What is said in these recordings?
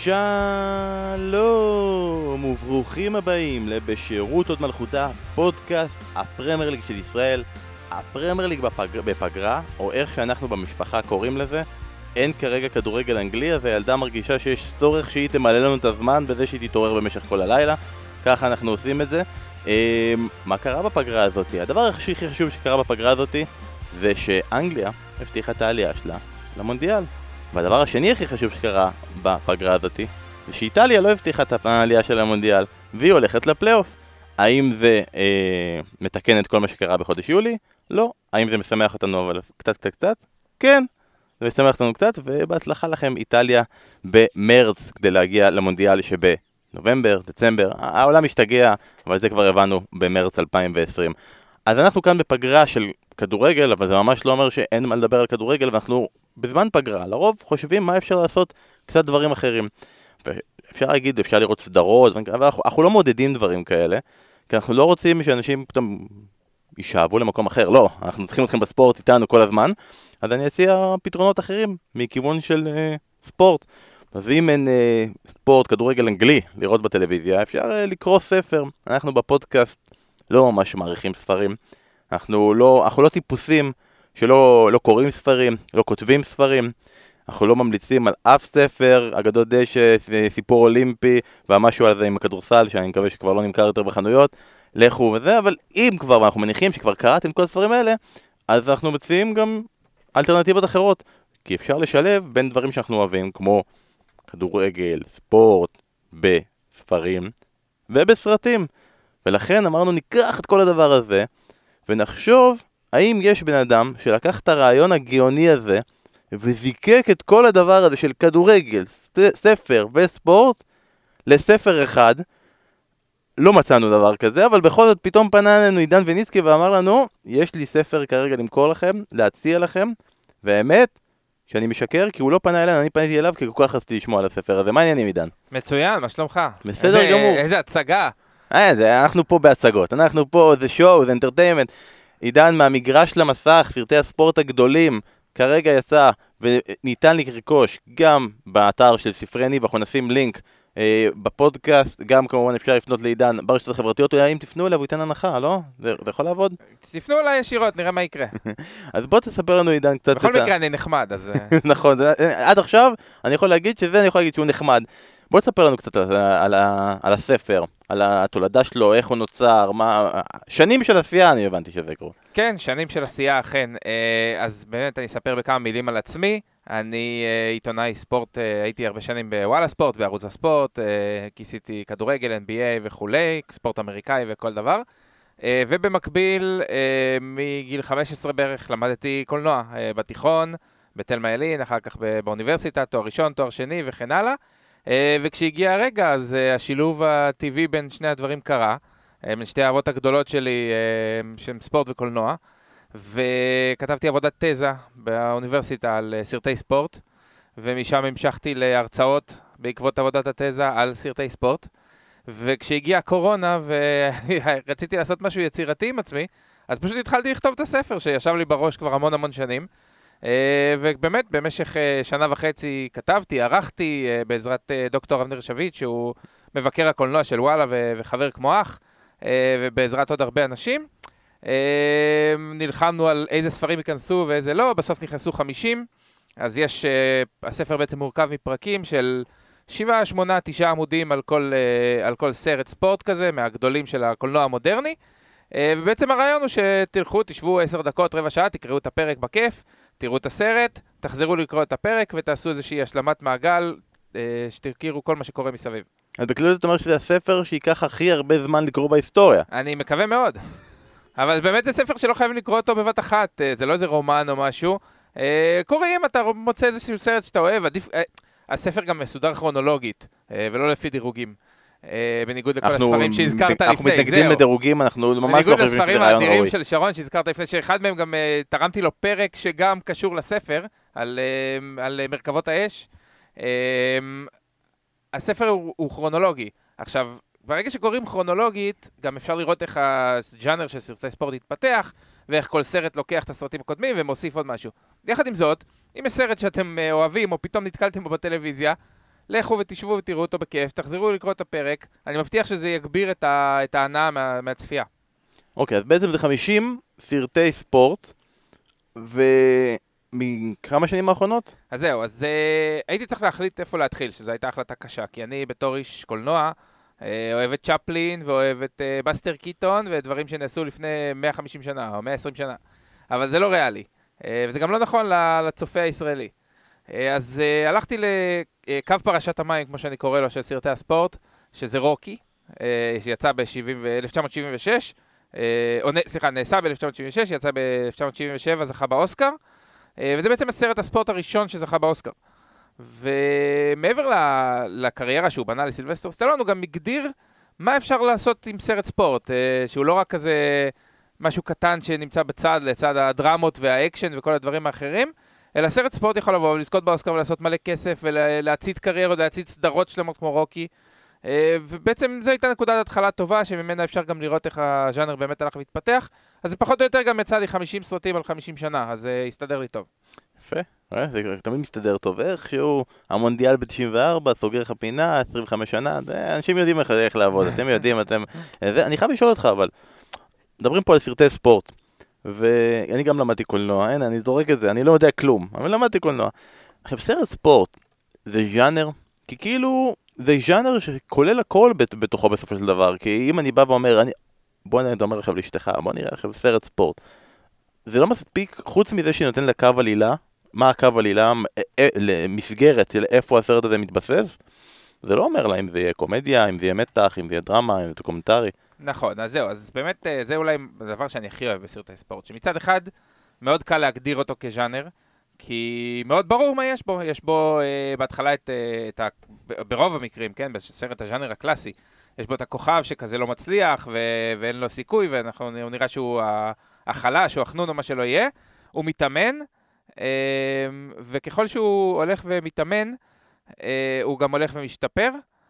שלום וברוכים הבאים לבשירות עוד מלכותה, פודקאסט הפרמייר ליג של ישראל. הפרמייר ליג בפגרה, או איך שאנחנו במשפחה קוראים לזה. אין כרגע כדורגל אנגלי, אז הילדה מרגישה שיש צורך שהיא תמלא לנו את הזמן בזה שהיא תתעורר במשך כל הלילה. ככה אנחנו עושים את זה. מה קרה בפגרה הזאת? הדבר הכי חשוב שקרה בפגרה הזאת זה שאנגליה הבטיחה את העלייה שלה למונדיאל. והדבר השני הכי חשוב שקרה בפגרה הזאת זה שאיטליה לא הבטיחה את העלייה של המונדיאל והיא הולכת לפלייאוף. האם זה מתקן את כל מה שקרה בחודש יולי? לא. האם זה משמח אותנו אבל קצת? כן. זה משמח אותנו קצת, ובהצלחה לכם איטליה במרץ כדי להגיע למונדיאל שבנובמבר, דצמבר. העולם משתגע, אבל זה כבר הבנו במרץ 2020. אז אנחנו כאן בפגרה של כדורגל, אבל זה ממש לא אומר שאין מה לדבר על כדורגל, ואנחנו בזמן פגרה, לרוב חושבים מה אפשר לעשות קצת דברים אחרים. ואפשר להגיד, אפשר לראות סדרות, אבל אנחנו לא מעודדים דברים כאלה, כי אנחנו לא רוצים שאנשים פתאום יישאבו למקום אחר. לא, אנחנו צריכים אתכם בספורט איתנו כל הזמן, אז אני אציע פתרונות אחרים מכיוון של ספורט. אז אם אין ספורט, כדורגל אנגלי לראות בטלוויזיה, אפשר לקרוא ספר. אנחנו בפודקאסט לא ממש מעריכים ספרים. אנחנו לא טיפוסים שלא קוראים ספרים, לא כותבים ספרים. אנחנו לא ממליצים על אף ספר, אגדות דשא, סיפור אולימפי, והמשהו על זה עם הכדורסל, שאני מקווה שכבר לא נמכר יותר בחנויות. לכו וזה, אבל אם כבר, אנחנו מניחים שכבר קראתם כל הספרים האלה, אז אנחנו מציעים גם אלטרנטיבות אחרות. כי אפשר לשלב בין דברים שאנחנו אוהבים, כמו כדורגל, ספורט, בספרים ובסרטים. ולכן אמרנו ניקח את כל הדבר הזה, ונחשוב האם יש בן אדם שלקח את הרעיון הגאוני הזה, וזיקק את כל הדבר הזה של כדורגל, ספר וספורט, לספר אחד. לא מצאנו דבר כזה, אבל בכל זאת פתאום פנה אלינו עידן וניצקי ואמר לנו, יש לי ספר כרגע למכור לכם, להציע לכם, והאמת שאני משקר, כי הוא לא פנה אלינו, אני פניתי אליו, כי כל כך רציתי לשמוע על הספר הזה. מה העניינים עידן? מצוין, מה שלומך? בסדר גמור. איזה הצגה. אנחנו פה בהצגות, אנחנו פה, זה שואו, זה אנטרטיימנט. עידן מהמגרש למסך, סרטי הספורט הגדולים, כרגע יצא וניתן לרכוש גם באתר של ספרי ניב, אנחנו נשים לינק בפודקאסט, גם כמובן אפשר לפנות לעידן ברשתות החברתיות, או אם תפנו אליו הוא ייתן הנחה, לא? זה יכול לעבוד? תפנו אליי ישירות, נראה מה יקרה. אז בוא תספר לנו עידן קצת. בכל מקרה אני נחמד, אז נכון, עד עכשיו אני יכול להגיד שהוא נחמד. בוא תספר לנו קצת על הספר, על התולדה שלו, איך הוא נוצר, שנים של עשייה, אני הבנתי שזה קורה. כן, שנים של עשייה, אכן. אז באמת אני אספר בכמה מילים על עצמי. אני עיתונאי ספורט, הייתי הרבה שנים בוואלה ספורט, בערוץ הספורט, כיסיתי כדורגל, NBA וכולי, ספורט אמריקאי וכל דבר. ובמקביל, מגיל 15 בערך למדתי קולנוע בתיכון, בתלמה ילין, אחר כך באוניברסיטה, תואר ראשון, תואר שני וכן הלאה. וכשהגיע הרגע, אז השילוב הטבעי בין שני הדברים קרה, בין שתי האהבות הגדולות שלי, של ספורט וקולנוע, וכתבתי עבודת תזה באוניברסיטה על סרטי ספורט, ומשם המשכתי להרצאות בעקבות עבודת התזה על סרטי ספורט, וכשהגיעה הקורונה ורציתי לעשות משהו יצירתי עם עצמי, אז פשוט התחלתי לכתוב את הספר שישב לי בראש כבר המון שנים, ובאמת במשך שנה וחצי כתבתי, ערכתי בעזרת דוקטור אבנר שביט, שהוא מבקר הקולנוע של וואלה וחבר כמו אח, ובעזרת עוד הרבה אנשים. נלחמנו על איזה ספרים ייכנסו ואיזה לא, בסוף נכנסו 50, אז יש, הספר בעצם מורכב מפרקים של 7, 8, 9 עמודים על כל סרט ספורט כזה, מהגדולים של הקולנוע המודרני, ובעצם הרעיון הוא שתלכו, תשבו 10 דקות, רבע שעה, תקראו את הפרק בכיף, תראו את הסרט, תחזרו לקרוא את הפרק ותעשו איזושהי השלמת מעגל, שתכירו כל מה שקורה מסביב. אז בכלליות אתה אומר שזה הספר שיקח הכי הרבה זמן לקרוא בהיסטוריה. אני מקווה מאוד. אבל באמת זה ספר שלא חייבים לקרוא אותו בבת אחת, זה לא איזה רומן או משהו. קוראים, אתה מוצא איזשהו סרט שאתה אוהב, הספר גם מסודר כרונולוגית, ולא לפי דירוגים. בניגוד לכל הספרים שהזכרת לפני, אנחנו מתנגדים לדירוגים, אנחנו ממש לא חושבים שזה רעיון ראוי. בניגוד לספרים האדירים של שרון שהזכרת לפני, שאחד מהם גם תרמתי לו פרק שגם קשור לספר, על מרכבות האש. הספר הוא כרונולוגי. עכשיו, ברגע שקוראים כרונולוגית, גם אפשר לראות איך הג'אנר של סרטי ספורט התפתח, ואיך כל סרט לוקח את הסרטים הקודמים ומוסיף עוד משהו. יחד עם זאת, אם יש סרט שאתם אוהבים, או פתאום נתקלתם בו בטלוויזיה, לכו ותשבו ותראו אותו בכיף, תחזרו לקרוא את הפרק, אני מבטיח שזה יגביר את ההנאה מהצפייה. אוקיי, אז בעצם זה 50 סרטי ספורט, ומכמה שנים האחרונות? אז זהו, אז הייתי צריך להחליט איפה להתחיל, שזו הייתה החלטה קשה, כי אני בתור איש קולנוע, אוהב את צ'פלין ואוהב את בסטר קיטון, ודברים שנעשו לפני 150 שנה או 120 שנה. אבל זה לא ריאלי, וזה גם לא נכון לצופה הישראלי. אז הלכתי לקו פרשת המים, כמו שאני קורא לו, של סרטי הספורט, שזה רוקי, שיצא ב-1976, סליחה, נעשה ב-1976, יצא ב-1977, זכה באוסקר, וזה בעצם הסרט הספורט הראשון שזכה באוסקר. ומעבר לקריירה שהוא בנה לסילבסטר סטלון, הוא גם הגדיר מה אפשר לעשות עם סרט ספורט, שהוא לא רק כזה משהו קטן שנמצא בצד, לצד הדרמות והאקשן וכל הדברים האחרים, אלא סרט ספורט יכול לבוא ולזכות באוסקר ולעשות מלא כסף ולהציץ קריירות, להציץ סדרות שלמות כמו רוקי, ובעצם זו הייתה נקודת התחלה טובה, שממנה אפשר גם לראות איך הז'אנר באמת הלך והתפתח, אז זה פחות או יותר גם יצא לי 50 סרטים על 50 שנה, אז זה הסתדר לי טוב. יפה, זה תמיד מסתדר טוב, איכשהו המונדיאל ב-94, סוגר לך פינה, 25 שנה, אנשים יודעים איך לעבוד, אתם יודעים, אני חייב לשאול אותך, אבל מדברים פה על סרטי ספורט, ואני גם למדתי קולנוע, הנה, אני זורק את זה, אני לא יודע כלום, אבל למדתי קולנוע. עכשיו, סרט ספורט זה ז'אנר, כי כאילו זה ז'אנר שכולל הכל בתוכו בסופו של דבר, כי אם אני בא ואומר, בוא נראה, אתה אומר עכשיו לאשתך, בוא נראה עכשיו סרט ספורט, זה לא מספיק, חוץ מזה שנותן לקו עלילה, מה הקו עלילה, למסגרת של איפה הסרט הזה מתבסס, זה לא אומר לה אם זה יהיה קומדיה, אם זה יהיה מתח, אם זה יהיה דרמה, אם זה דוקומנטרי. נכון, אז זהו, אז באמת זה אולי הדבר שאני הכי אוהב בסרטי ספורט, שמצד אחד מאוד קל להגדיר אותו כז'אנר, כי מאוד ברור מה יש בו, יש בו בהתחלה ברוב המקרים, כן, בסרט הז'אנר הקלאסי, יש בו את הכוכב שכזה לא מצליח ואין לו סיכוי, והוא נראה שהוא החלש או החנון או מה שלא יהיה, הוא מתאמן, וככל שהוא הולך ומתאמן, הוא גם הולך ומשתפר,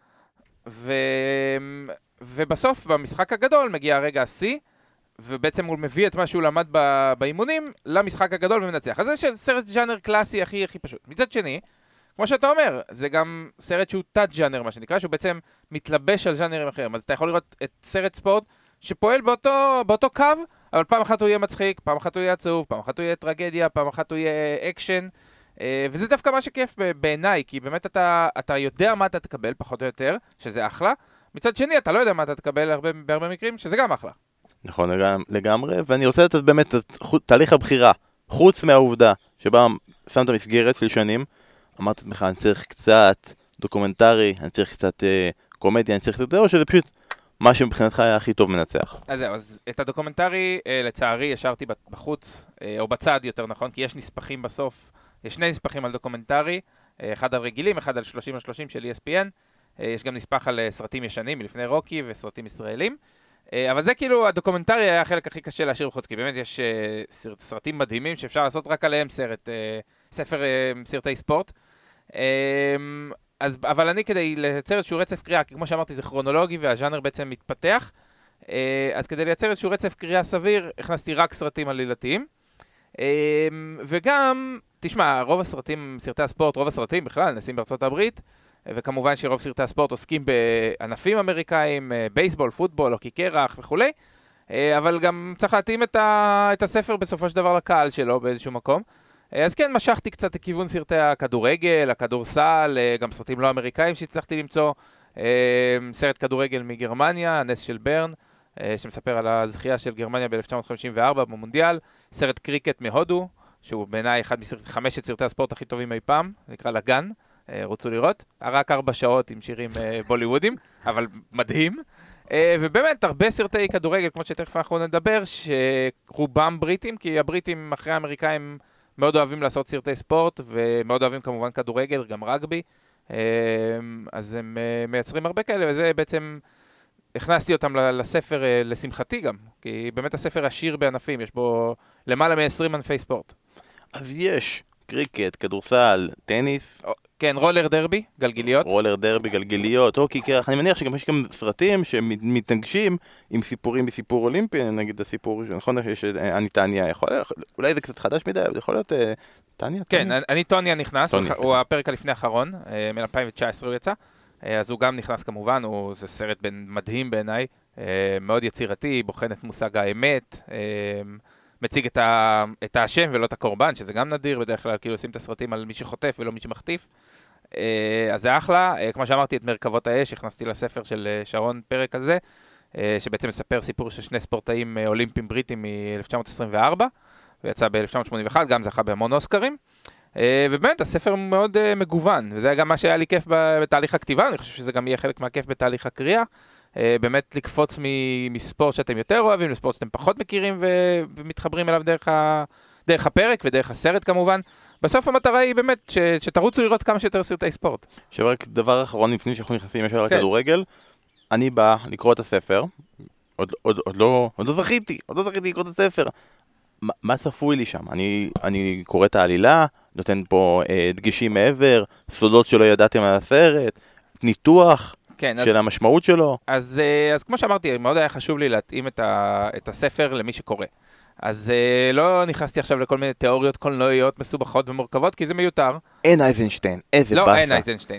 ובסוף במשחק הגדול מגיע הרגע השיא, ובעצם הוא מביא את מה שהוא למד באימונים למשחק הגדול ומנצח. אז זה סרט ז'אנר קלאסי הכי פשוט. מצד שני, כמו שאתה אומר, זה גם סרט שהוא תת ז'אנר, מה שנקרא, שהוא בעצם מתלבש על ז'אנרים אחרים. אז אתה יכול לראות את סרט ספורט שפועל באותו קו, אבל פעם אחת הוא יהיה מצחיק, פעם אחת הוא יהיה עצוב, פעם אחת הוא יהיה טרגדיה, פעם אחת הוא יהיה אקשן, וזה דווקא מה שכיף בעיניי, כי באמת אתה יודע מה אתה תקבל, פחות או יותר, שזה אחלה. מצד שני, אתה לא יודע מה אתה תקבל בהרבה מקרים, שזה גם אחלה. נכון, לגמרי, ואני רוצה לתת באמת את תהליך הבחירה, חוץ מהעובדה שבה שמת מסגרת של שנים, אמרת לך, אני צריך קצת דוקומנטרי, אני צריך קצת קומדיה, אני צריך קצת זה, או שזה פשוט מה שמבחינתך היה הכי טוב מנצח? אז זהו, אז את הדוקומנטרי, לצערי, השארתי בחוץ, או בצד יותר נכון, כי יש נספחים בסוף, יש שני נספחים על דוקומנטרי, אחד על רגילים, אחד על 30-30 של ESPN, יש גם נספח על סרטים ישנים מלפני רוקי וסרטים ישראלים, אבל זה כאילו, הדוקומנטרי היה החלק הכי קשה להשאיר בחוץ, כי באמת יש סרטים מדהימים שאפשר לעשות רק עליהם ספר סרטי ספורט. אבל אני כדי לייצר איזשהו רצף קריאה, כי כמו שאמרתי זה כרונולוגי והז'אנר בעצם מתפתח, אז כדי לייצר איזשהו רצף קריאה סביר, הכנסתי רק סרטים עלילתיים. וגם, תשמע, רוב הסרטים, סרטי הספורט, רוב הסרטים בכלל נעשים בארצות הברית, וכמובן שרוב סרטי הספורט עוסקים בענפים אמריקאים, בייסבול, פוטבול, הוקי קרח וכו'. אבל גם צריך להתאים את הספר בסופו של דבר לקהל שלו באיזשהו מקום. אז כן, משכתי קצת לכיוון סרטי הכדורגל, הכדורסל, גם סרטים לא אמריקאים שהצלחתי למצוא. סרט כדורגל מגרמניה, הנס של ברן, שמספר על הזכייה של גרמניה ב-1954 במונדיאל. סרט קריקט מהודו, שהוא בעיניי אחד מחמשת סרטי הספורט הכי טובים אי פעם, נקרא לגן, רוצו לראות. רק 4 שעות עם שירים בוליוודים, אבל מדהים. ובאמת, הרבה סרטי כדורגל, כמו שתכף אנחנו נדבר, שרובם בריטים, כי הבריטים אחרי האמריקאים מאוד אוהבים לעשות סרטי ספורט, ומאוד אוהבים כמובן כדורגל, גם רגבי. אז הם מייצרים הרבה כאלה, וזה בעצם, הכנסתי אותם לספר לשמחתי גם, כי באמת הספר עשיר בענפים, יש בו למעלה מ-20 ענפי ספורט. אז יש קריקט, כדורסל, טניס? כן, רולר דרבי, גלגיליות. רולר דרבי, גלגיליות, הוקי קרח, אני מניח שיש גם סרטים שמתנגשים עם סיפורים בסיפור אולימפי, נגיד הסיפור, נכון, שיש אני טניה, אולי זה קצת חדש מדי, אבל זה יכול להיות טניה? כן, אני טוניה נכנס, הוא הפרק הלפני האחרון, מ-2019 הוא יצא, אז הוא גם נכנס כמובן, זה סרט מדהים בעיניי, מאוד יצירתי, בוחן את מושג האמת, מציג את האשם ולא את הקורבן, שזה גם נדיר, בדרך כלל כאילו עושים את הסרטים על מי שחוטף ולא מי שמחטיף. אז זה אחלה, כמו שאמרתי, את מרכבות האש, הכנסתי לספר של שרון פרק הזה, שבעצם מספר סיפור של שני ספורטאים אולימפיים בריטים מ-1924, ויצא ב-1981, גם זכה בהמון אוסקרים. ובאמת, הספר מאוד מגוון, וזה גם מה שהיה לי כיף בתהליך הכתיבה, אני חושב שזה גם יהיה חלק מהכיף בתהליך הקריאה, באמת לקפוץ מספורט שאתם יותר אוהבים, לספורט שאתם פחות מכירים ומתחברים אליו דרך הפרק ודרך הסרט כמובן. בסוף המטרה היא באמת שתרוצו לראות כמה שיותר סרטי ספורט. שרק דבר אחרון לפני שאנחנו נכנסים ישר לכדורגל, אני בא לקרוא את הספר, עוד לא זכיתי לקרוא את הספר. מה צפוי לי שם? אני קורא את העלילה, נותן פה דגשים מעבר, סודות שלא ידעתם על הסרט, ניתוח של המשמעות שלו. אז כמו שאמרתי, מאוד היה חשוב לי להתאים את הספר למי שקורא. אז לא נכנסתי עכשיו לכל מיני תיאוריות קולנועיות מסובכות ומורכבות, כי זה מיותר. אין אייזנשטיין, איזה באסה. לא, אין אייזנשטיין.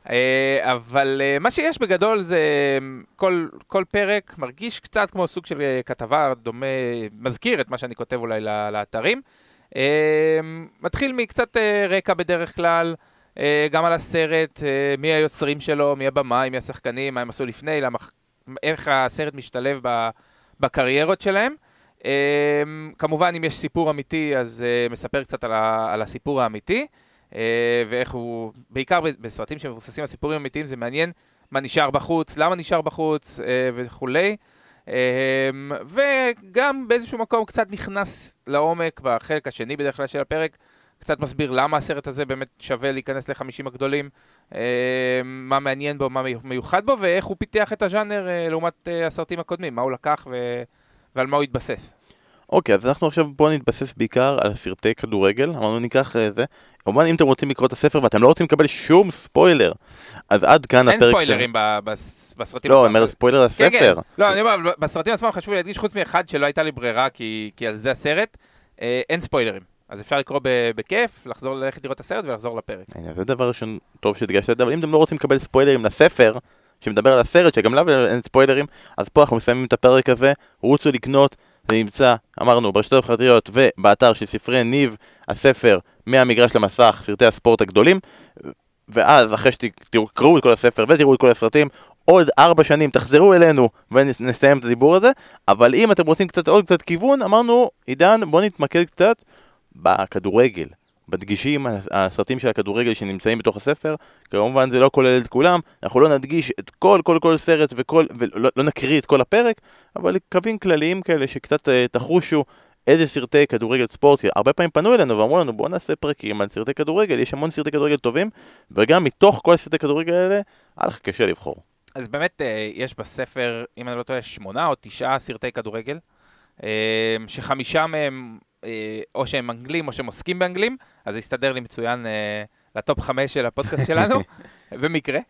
אבל מה שיש בגדול זה כל פרק מרגיש קצת כמו סוג של כתבה דומה, מזכיר את מה שאני כותב אולי לאתרים. מתחיל מקצת רקע בדרך כלל, גם על הסרט, מי היוצרים שלו, מי הבמאי, מי השחקנים, מה הם עשו לפני, איך הסרט משתלב בקריירות שלהם. כמובן אם יש סיפור אמיתי אז מספר קצת על הסיפור האמיתי. ואיך הוא, בעיקר בסרטים שמבוססים על סיפורים אמיתיים, זה מעניין מה נשאר בחוץ, למה נשאר בחוץ וכולי. וגם באיזשהו מקום קצת נכנס לעומק בחלק השני בדרך כלל של הפרק, קצת מסביר למה הסרט הזה באמת שווה להיכנס ל50 הגדולים, מה מעניין בו, מה מיוחד בו, ואיך הוא פיתח את הז'אנר לעומת הסרטים הקודמים, מה הוא לקח ועל מה הוא התבסס. אוקיי, אז אנחנו עכשיו בואו נתבסס בעיקר על סרטי כדורגל, אמרנו ניקח זה, כמובן אם אתם רוצים לקרוא את הספר ואתם לא רוצים לקבל שום ספוילר, אז עד כאן הפרק... אין ספוילרים בסרטים עצמם. לא, אני אומר ספוילר לספר. לא, אני אומר, בסרטים עצמם חשוב להדגיש חוץ מאחד שלא הייתה לי ברירה, כי על זה הסרט, אין ספוילרים. אז אפשר לקרוא בכיף, ללכת לראות את הסרט ולחזור לפרק. זה דבר ראשון טוב שהדגשת את זה, אבל אם אתם לא רוצים לקבל ספוילרים לספר, שמדבר על הסרט, שגם לה אין ספוילרים, אז פה אנחנו מסיימים את הפרק הזה, רוצו לקנות, זה נמצא, אמרנו, ברשתות החברתיות ובאתר של ספרי ניב, הספר מהמגרש למסך, סרטי הספורט הגדולים, ואז אחרי שתקראו את כל הספר ותראו את כל הסרטים, עוד 4 שנים תחזרו אלינו ונסיים את הדיבור הזה, אבל אם אתם רוצים עוד קצת כיוון, אמרנו, עידן, בוא נתמקד קצת בכדורגל, בדגישים הסרטים של הכדורגל שנמצאים בתוך הספר, כמובן זה לא כולל את כולם, אנחנו לא נדגיש את כל סרט ולא נקריא את כל הפרק, אבל קווים כלליים כאלה שקצת תחושו איזה סרטי כדורגל ספורט, הרבה פעמים פנו אלינו ואמרו לנו בואו נעשה פרקים על סרטי כדורגל, יש המון סרטי כדורגל טובים, וגם מתוך כל סרטי כדורגל האלה, היה לך קשה לבחור. אז באמת יש בספר, אם אני לא טועה, 8 או 9 סרטי כדורגל, ש5 מהם או שהם אנגלים או שהם עוסקים באנגלים, אז זה יסתדר לי מצוין לטופ 5 של הפודקאסט שלנו, במקרה.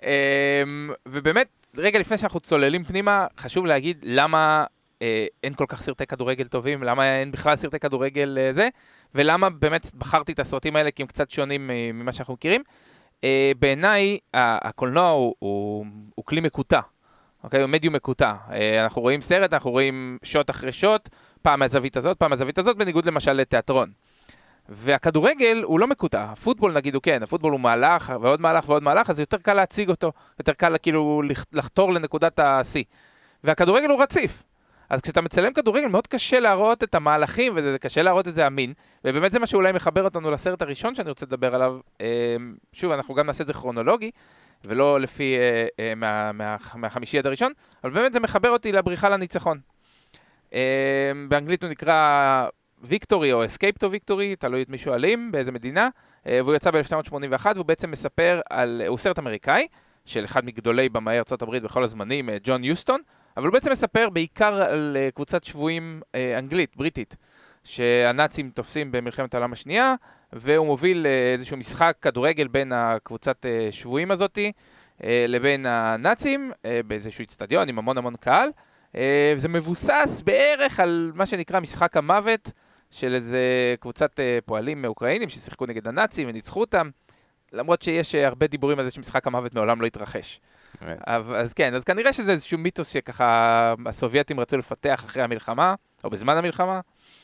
ובאמת, רגע לפני שאנחנו צוללים פנימה, חשוב להגיד למה אין כל כך סרטי כדורגל טובים, למה אין בכלל סרטי כדורגל זה, ולמה באמת בחרתי את הסרטים האלה כי הם קצת שונים ממה שאנחנו מכירים. בעיניי, הקולנוע הוא כלי מקוטע. אוקיי, הוא מדיום מקוטע. אנחנו רואים סרט, אנחנו רואים שוט אחרי שוט, פעם מהזווית הזאת, פעם מהזווית הזאת, בניגוד למשל לתיאטרון. והכדורגל הוא לא מקוטע. הפוטבול נגיד הוא כן, הפוטבול הוא מהלך ועוד מהלך ועוד מהלך, אז יותר קל להציג אותו, יותר קל כאילו לחתור לנקודת ה-C. והכדורגל הוא רציף. אז כשאתה מצלם כדורגל מאוד קשה להראות את המהלכים, וזה קשה להראות את זה אמין, ובאמת זה מה שאולי מחבר אותנו לסרט הראשון שאני רוצה לדבר עליו. שוב, אנחנו גם נעשה את זה כרונולוגי, ולא לפי מהחמישי עד הראשון, אבל באמת זה מחבר אותי לבריחה לניצחון. באנגלית הוא נקרא ויקטורי או Escape to Victory, תלוי את מי שואלים, באיזה מדינה, והוא יצא ב-1981, והוא בעצם מספר הוא סרט אמריקאי, של אחד מגדולי במאי ארצות הברית בכל הזמנים, ג'ון יוסטון, אבל הוא בעצם מספר בעיקר על קבוצת שבויים אנגלית, בריטית, שהנאצים תופסים במלחמת העולם השנייה, והוא מוביל איזשהו משחק כדורגל בין הקבוצת שבויים הזאתי, לבין הנאצים, באיזשהו אצטדיון עם המון המון קהל. זה מבוסס בערך על מה שנקרא משחק המוות, של איזה קבוצת פועלים אוקראינים ששיחקו נגד הנאצים וניצחו אותם, למרות שיש הרבה דיבורים על זה שמשחק המוות מעולם לא התרחש. אז כן, אז כנראה שזה איזשהו מיתוס שככה הסובייטים רצו לפתח אחרי המלחמה, או בזמן המלחמה,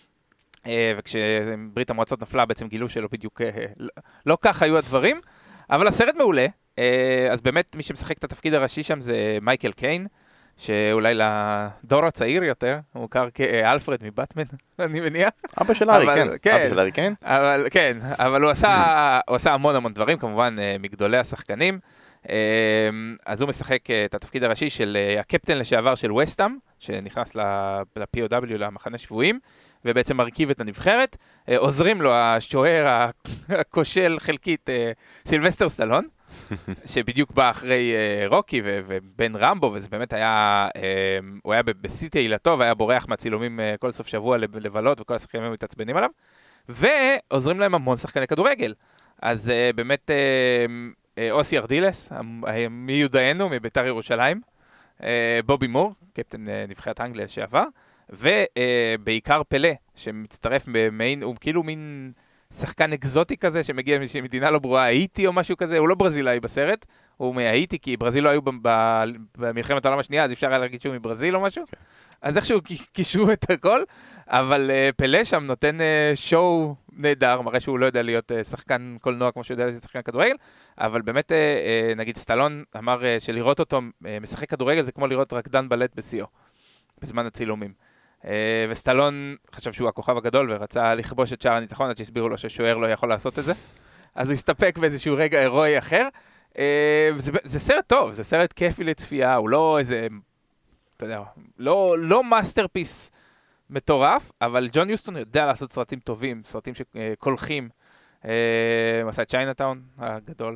וכשברית המועצות נפלה בעצם גילו שלא בדיוק, לא כך היו הדברים, אבל הסרט מעולה, אז באמת מי שמשחק את התפקיד הראשי שם זה מייקל קיין, שאולי לדור הצעיר יותר, הוא מוכר כאלפרד מבטמן, אני מניח. אבא של הארי, כן. אבא של הארי, כן. כן, אבל הוא עשה המון המון דברים, כמובן מגדולי השחקנים. אז הוא משחק את התפקיד הראשי של הקפטן לשעבר של וסטהאם, שנכנס ל-POW, למחנה שבויים, ובעצם מרכיב את הנבחרת. עוזרים לו השוער הכושל חלקית סילבסטר סטלון, שבדיוק בא אחרי רוקי ובן רמבו, וזה באמת היה, הוא היה בשיא תהילתו, והיה בורח מהצילומים כל סוף שבוע לבלות, וכל השחקנים היו מתעצבנים עליו, ועוזרים להם המון שחקני כדורגל. אז באמת אוסי ארדילס, מיודענו, מביתר ירושלים, בובי מור, קפטן נבחרת אנגליה לשעבר, ובעיקר פלה, שמצטרף במין, הוא כאילו מין שחקן אקזוטי כזה, שמגיע ממדינה לא ברורה, האיטי או משהו כזה, הוא לא ברזילאי בסרט, הוא מהאיטי, כי ברזיל לא היו במלחמת העולם השנייה, אז אפשר היה להגיד שהוא מברזיל או משהו, אז איכשהו קישרו את הכל, אבל פלה שם נותן שואו נהדר, מראה שהוא לא יודע להיות שחקן קולנוע כמו שהוא יודע להיות שחקן כדורגל, אבל באמת, נגיד סטלון אמר שלראות אותו משחק כדורגל זה כמו לראות רקדן בלט בשיאו, בזמן הצילומים. וסטלון חשב שהוא הכוכב הגדול ורצה לכבוש את שער הניצחון עד שהסבירו לו ששוער לא יכול לעשות את זה, אז הוא הסתפק באיזשהו רגע הירואי אחר. זה סרט טוב, זה סרט כיפי לצפייה, הוא לא איזה, אתה יודע, לא מאסטרפיס מטורף, אבל ג'ון יוסטון יודע לעשות סרטים טובים, סרטים שקולחים, הוא עשה את צ'יינאטאון הגדול,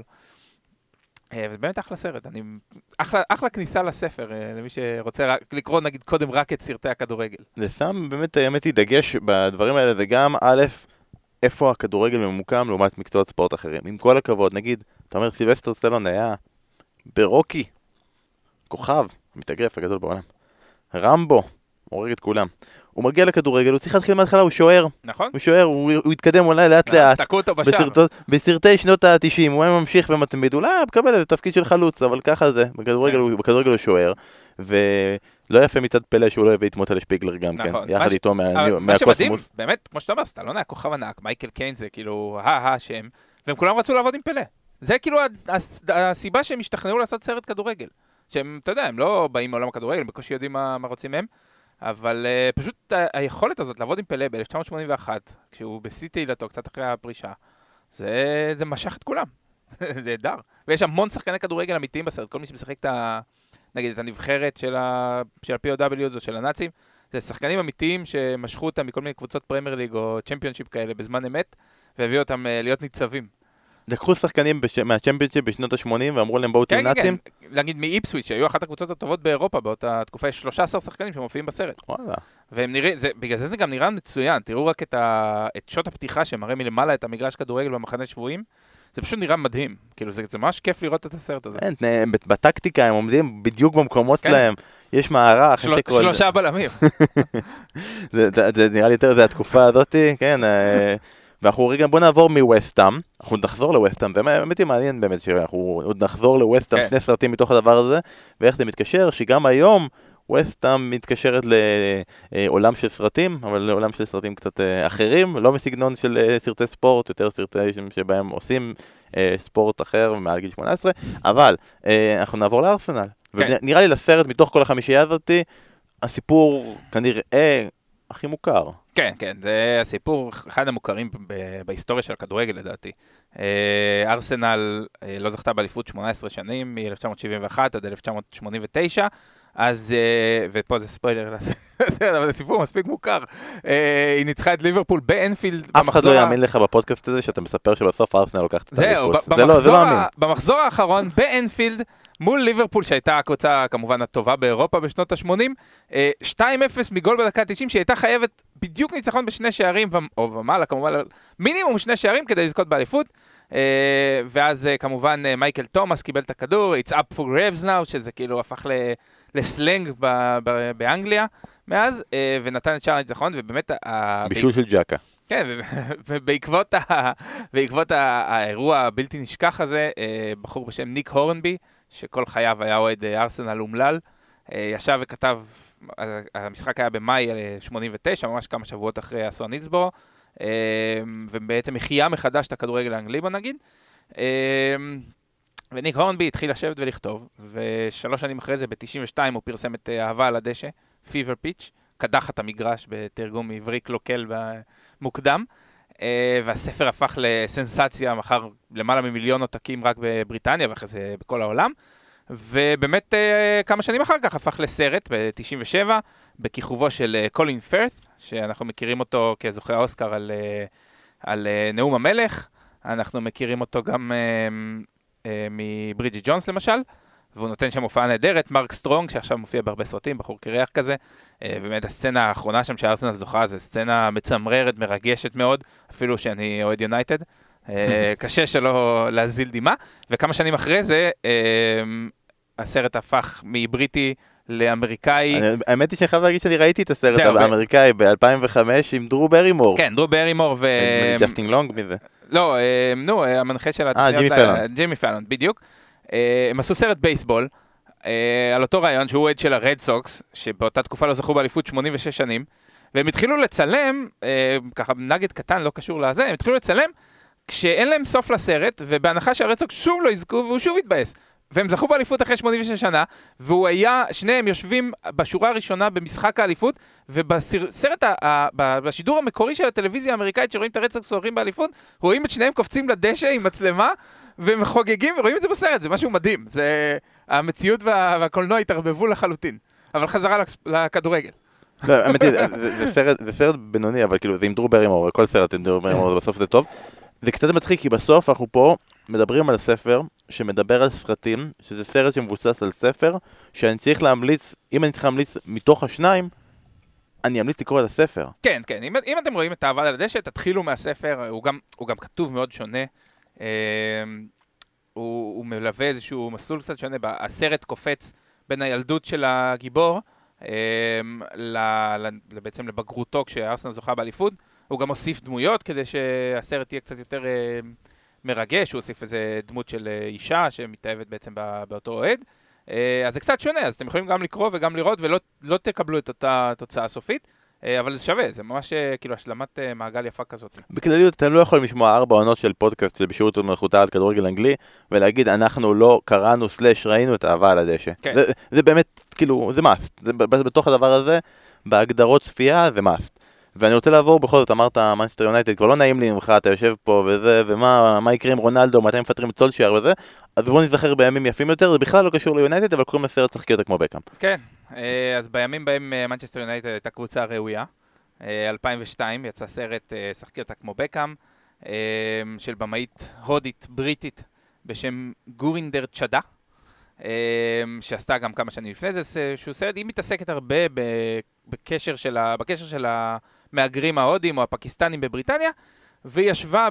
ובאמת אחלה סרט, אחלה כניסה לספר, למי שרוצה לקרוא נגיד קודם רק את סרטי הכדורגל. זה שם באמת האמת דגש בדברים האלה, וגם א', איפה הכדורגל ממוקם לעומת מקצועות ספורט אחרים. עם כל הכבוד, נגיד, אתה אומר סילבסטר סטלון היה ברוקי, כוכב, מתאגרף הגדול בעולם. רמבו, הורג את כולם. הוא מגיע לכדורגל, הוא צריך להתחיל מההתחלה, הוא שוער. נכון. הוא שוער, הוא התקדם אולי לאט לאט. תקעו אותו בשער. בסרטי שנות ה-90, הוא היה ממשיך ומתמיד, אולי מקבל איזה תפקיד של חלוץ, אבל ככה זה, בכדורגל הוא שוער, ולא יפה מצד פלא שהוא לא הביא את מוטה לשפיגלר גם כן, יחד איתו מהקוסמוס. מה שמדהים, באמת, כמו שאתה אומר, סטלון היה כוכב ענק, מייקל קיין זה כאילו השם, והם כולם רצו לעבוד עם פלא. זה כאילו הסיבה שהם השתכנעו לעשות סרט כדורגל. שהם, אתה יודע, הם לא באים מעולם הכדורגל, הם בקושי יודעים מה רוצים מהם, אבל פשוט היכולת הזאת לעבוד עם פלא ב-1981, כשהוא בשיא תהילתו, קצת אחרי הפרישה, זה משך את כולם. זה נהדר. ויש המון שחקני כדורגל אמיתיים בסרט, כל מי שמשחק נגיד את הנבחרת של ה-POW או של הנאצים, זה שחקנים אמיתיים שמשכו אותם מכל מיני קבוצות פרמייר ליג או צ'מפיונשיפ כאלה בזמן אמת, והביאו אותם להיות ניצבים. לקחו שחקנים מהצ'מפיונשיפ בשנות ה-80 ואמרו להם בואו תהיו נאצים? כן, נגיד מאיפסוויץ' שהיו אחת הקבוצות הטובות באירופה, באותה תקופה יש 13 שחקנים שמופיעים בסרט. וואלה. והם נראים, בגלל זה גם נראה מצוין, תראו רק את שוט הפתיחה שמראה מלמעלה את המגרש כדורגל במחנה שבויים, זה פשוט נראה מדהים, כאילו זה ממש כיף לראות את הסרט הזה. בטקטיקה הם עומדים בדיוק במקומות שלהם, יש מערך. 3 בלמים. זה נראה לי יותר, זה התקופה הזאת, כן, ואנחנו רגע, בוא נעבור מווסטהאם, אנחנו נחזור לווסטהאם, זה באמת מעניין באמת שאנחנו עוד נחזור לווסטהאם, שני סרטים מתוך הדבר הזה, ואיך זה מתקשר, שגם היום ווסטהאם מתקשרת לעולם של סרטים, אבל לעולם של סרטים קצת אחרים, לא מסגנון של סרטי ספורט, יותר סרטי שבהם עושים ספורט אחר מעל גיל 18, אבל אנחנו נעבור לארסנל, ונראה לי לסרט מתוך כל החמישייה הזאת, הסיפור כנראה הכי מוכר. כן, כן, זה הסיפור, אחד המוכרים בהיסטוריה של הכדורגל לדעתי. ארסנל לא זכתה באליפות 18 שנים, מ-1971 עד 1989, אז, ופה זה ספוילר, אבל זה סיפור מספיק מוכר, היא ניצחה את ליברפול באנפילד. אף אחד לא יאמין לך בפודקאסט הזה שאתה מספר שבסוף ארסנל לוקחת את האליפות. זהו, במחזור האחרון באנפילד, מול ליברפול שהייתה הקבוצה כמובן הטובה באירופה בשנות ה-80, 2-0 מגול בדקה 90 שהייתה חייבת בדיוק ניצחון בשני שערים, או ומעלה כמובן, מינימום שני שערים כדי לזכות באליפות, ואז כמובן מייקל תומאס קיבל את הכדור, It's up for grabs now, שזה כאילו הפך לסלנג באנגליה מאז, ונתן את שער הניצחון, ובאמת... בישול של ג'קה. כן, ובעקבות האירוע הבלתי נשכח הזה, בחור בשם ניק הורנבי, שכל חייו היה אוהד ארסנל אומלל, ישב וכתב, המשחק היה במאי 89, ממש כמה שבועות אחרי אסון הילסבורו, ובעצם החיה מחדש את הכדורגל האנגלי, בוא נגיד. וניק הורנבי התחיל לשבת ולכתוב, ושלוש שנים אחרי זה, ב-92 הוא פרסם את אהבה על הדשא, פיבר פיץ', קדחת המגרש בתרגום עברי קלוקל מוקדם, והספר הפך לסנסציה, מחר למעלה ממיליון עותקים רק בבריטניה, ואחרי זה בכל העולם, ובאמת כמה שנים אחר כך הפך לסרט ב-97, בכיכובו של קולין פרת, שאנחנו מכירים אותו כזוכה האוסקר על נאום המלך, אנחנו מכירים אותו גם מברידג'יט ג'ונס למשל, והוא נותן שם הופעה נהדרת, מרק סטרונג, שעכשיו מופיע בהרבה סרטים, בחור קריח כזה, ובאמת הסצנה האחרונה שם שארסנל זוכה, זו סצנה מצמררת, מרגשת מאוד, אפילו שאני אוהד יונייטד, קשה שלא להזיל דמעה, וכמה שנים אחרי זה, הסרט הפך מבריטי לאמריקאי. האמת היא שאני חייב להגיד שאני ראיתי את הסרט האמריקאי ב-2005 עם דרו ברימור. כן, דרו ברימור ו... ג'סטין לונג מזה. לא, נו, המנחה של... ג'ימי פאלון, בדיוק. הם עשו סרט בייסבול, על אותו רעיון שהוא אוהד של הרד סוקס, שבאותה תקופה לא זכו באליפות 86 שנים, והם התחילו לצלם, ככה נגד קטן, לא קשור לזה, הם התחילו לצלם כשאין להם סוף לסרט, ובהנחה שהרד סוקס שוב לא יזכו, והוא שוב התבאס. והם זכו באליפות אחרי 86 שנה, והוא היה, שניהם יושבים בשורה הראשונה במשחק האליפות, ובסרט, בשידור המקורי של הטלוויזיה האמריקאית, שרואים את הרד סוקס זוכים באליפות, רואים את שניהם קופצים לדשא עם מצלמה, ומחוגגים ורואים את זה בסרט, זה משהו מדהים. זה, המציאות והקולנוע התערבבו לחלוטין. אבל חזרה לכדורגל. לא, האמת היא, זה סרט בינוני, אבל כאילו זה עם דרו ברימור, וכל סרט עם דרו ברימור, בסוף זה טוב. זה קצת מצחיק, כי בסוף אנחנו פה מדברים על ספר שמדבר על סרטים, שזה סרט שמבוסס על ספר, שאני צריך להמליץ, אם אני צריך להמליץ מתוך השניים, אני אמליץ לקרוא את הספר. כן, כן. אם אתם רואים את אהבה על הדשא, תתחילו מהספר, הוא גם כתוב מאוד שונה. הוא מלווה איזשהו מסלול קצת שונה, הסרט קופץ בין הילדות של הגיבור, בעצם לבגרותו כשארסנל זוכה באליפות, הוא גם הוסיף דמויות כדי שהסרט יהיה קצת יותר מרגש, הוא הוסיף איזה דמות של אישה שמתאהבת בעצם באותו אוהד, אז זה קצת שונה, אז אתם יכולים גם לקרוא וגם לראות ולא תקבלו את אותה תוצאה סופית, אבל זה שווה, זה ממש כאילו השלמת מעגל יפה כזאת. בכלליות, אתם לא יכולים לשמוע 4 עונות של פודקאסט של בשירות מלכותה על כדורגל אנגלי, ולהגיד, אנחנו לא קראנו / ראינו את אהבה על הדשא. כן. זה באמת, כאילו, זה מאסט. בתוך הדבר הזה, בהגדרות צפייה, זה מאסט. ואני רוצה לעבור, בכל זאת, אמרת, מנצ'סטר יונייטד, כבר לא נעים לי ממך, אתה יושב פה וזה, ומה יקרה עם רונלדו, מתי מפטרים את סולשייר וזה, אז בואו נזכר בימים יפים יותר, זה בכלל לא קשור ליונייטד, אבל קוראים לסרט שחקי אותה כמו בקאם. כן, אז בימים בהם מנצ'סטר יונייטד הייתה קבוצה ראויה, 2002 יצא סרט שחקי אותה כמו בקאם, של במאית הודית בריטית בשם גורינדר צ'דה, שעשתה גם כמה שנים לפני זה, שהוא סרט, היא מתעסקת הרבה בקשר של המהגרים ההודים או הפקיסטנים בבריטניה, והיא ישבה